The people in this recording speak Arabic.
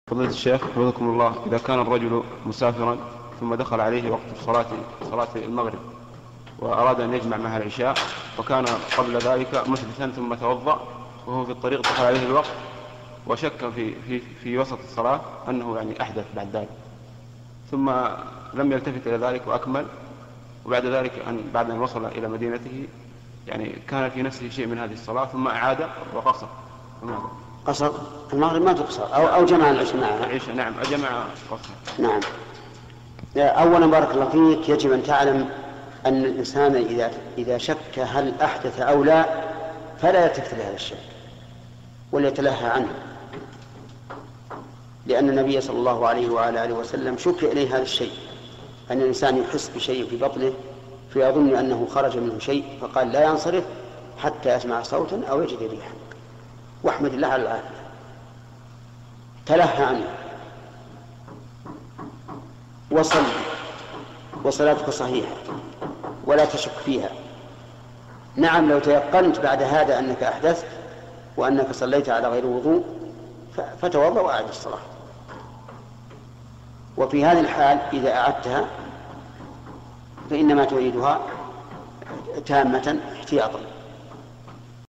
فضيلة الشيخ حفظكم الله، إذا كان الرجل مسافرا ثم دخل عليه وقت صلاة المغرب وأراد أن يجمع معها العشاء، وكان قبل ذلك محدثا ثم توضأ وهو في الطريق دخل عليه الوقت وشك في وسط الصلاة أنه يعني أحدث بعد ذلك، ثم لم يلتفت إلى ذلك وأكمل، وبعد ذلك بعد أن وصل إلى مدينته يعني كان في نفسه شيء من هذه الصلاة ثم أعاد وقصر. قصر المغرب ما تقصر أو جمع العشاء معها. العشاء نعم، جمع قصر. نعم. أولا بارك الله فيك، يجب أن تعلم أن الإنسان إذا شك هل أحدث أو لا فلا يلتفت لهذا الشك وليتلهى عنه، لأن النبي صلى الله عليه وعلى آله وسلم شكي إليه هذا الشيء، أن الإنسان يحس بشيء في بطنه فيظن أنه خرج منه شيء، فقال لا ينصرف حتى يسمع صوتا أو يجد ريحا، واحمد الله على العافية. تلهى عنه وصل وصلاتك صحيحة ولا تشك فيها. نعم، لو تيقنت بعد هذا أنك أحدثت وأنك صليت على غير وضوء فتوضأ وأعد الصلاة. وفي هذه الحال إذا أعدتها فإنما تعيدها تامة احتياطا.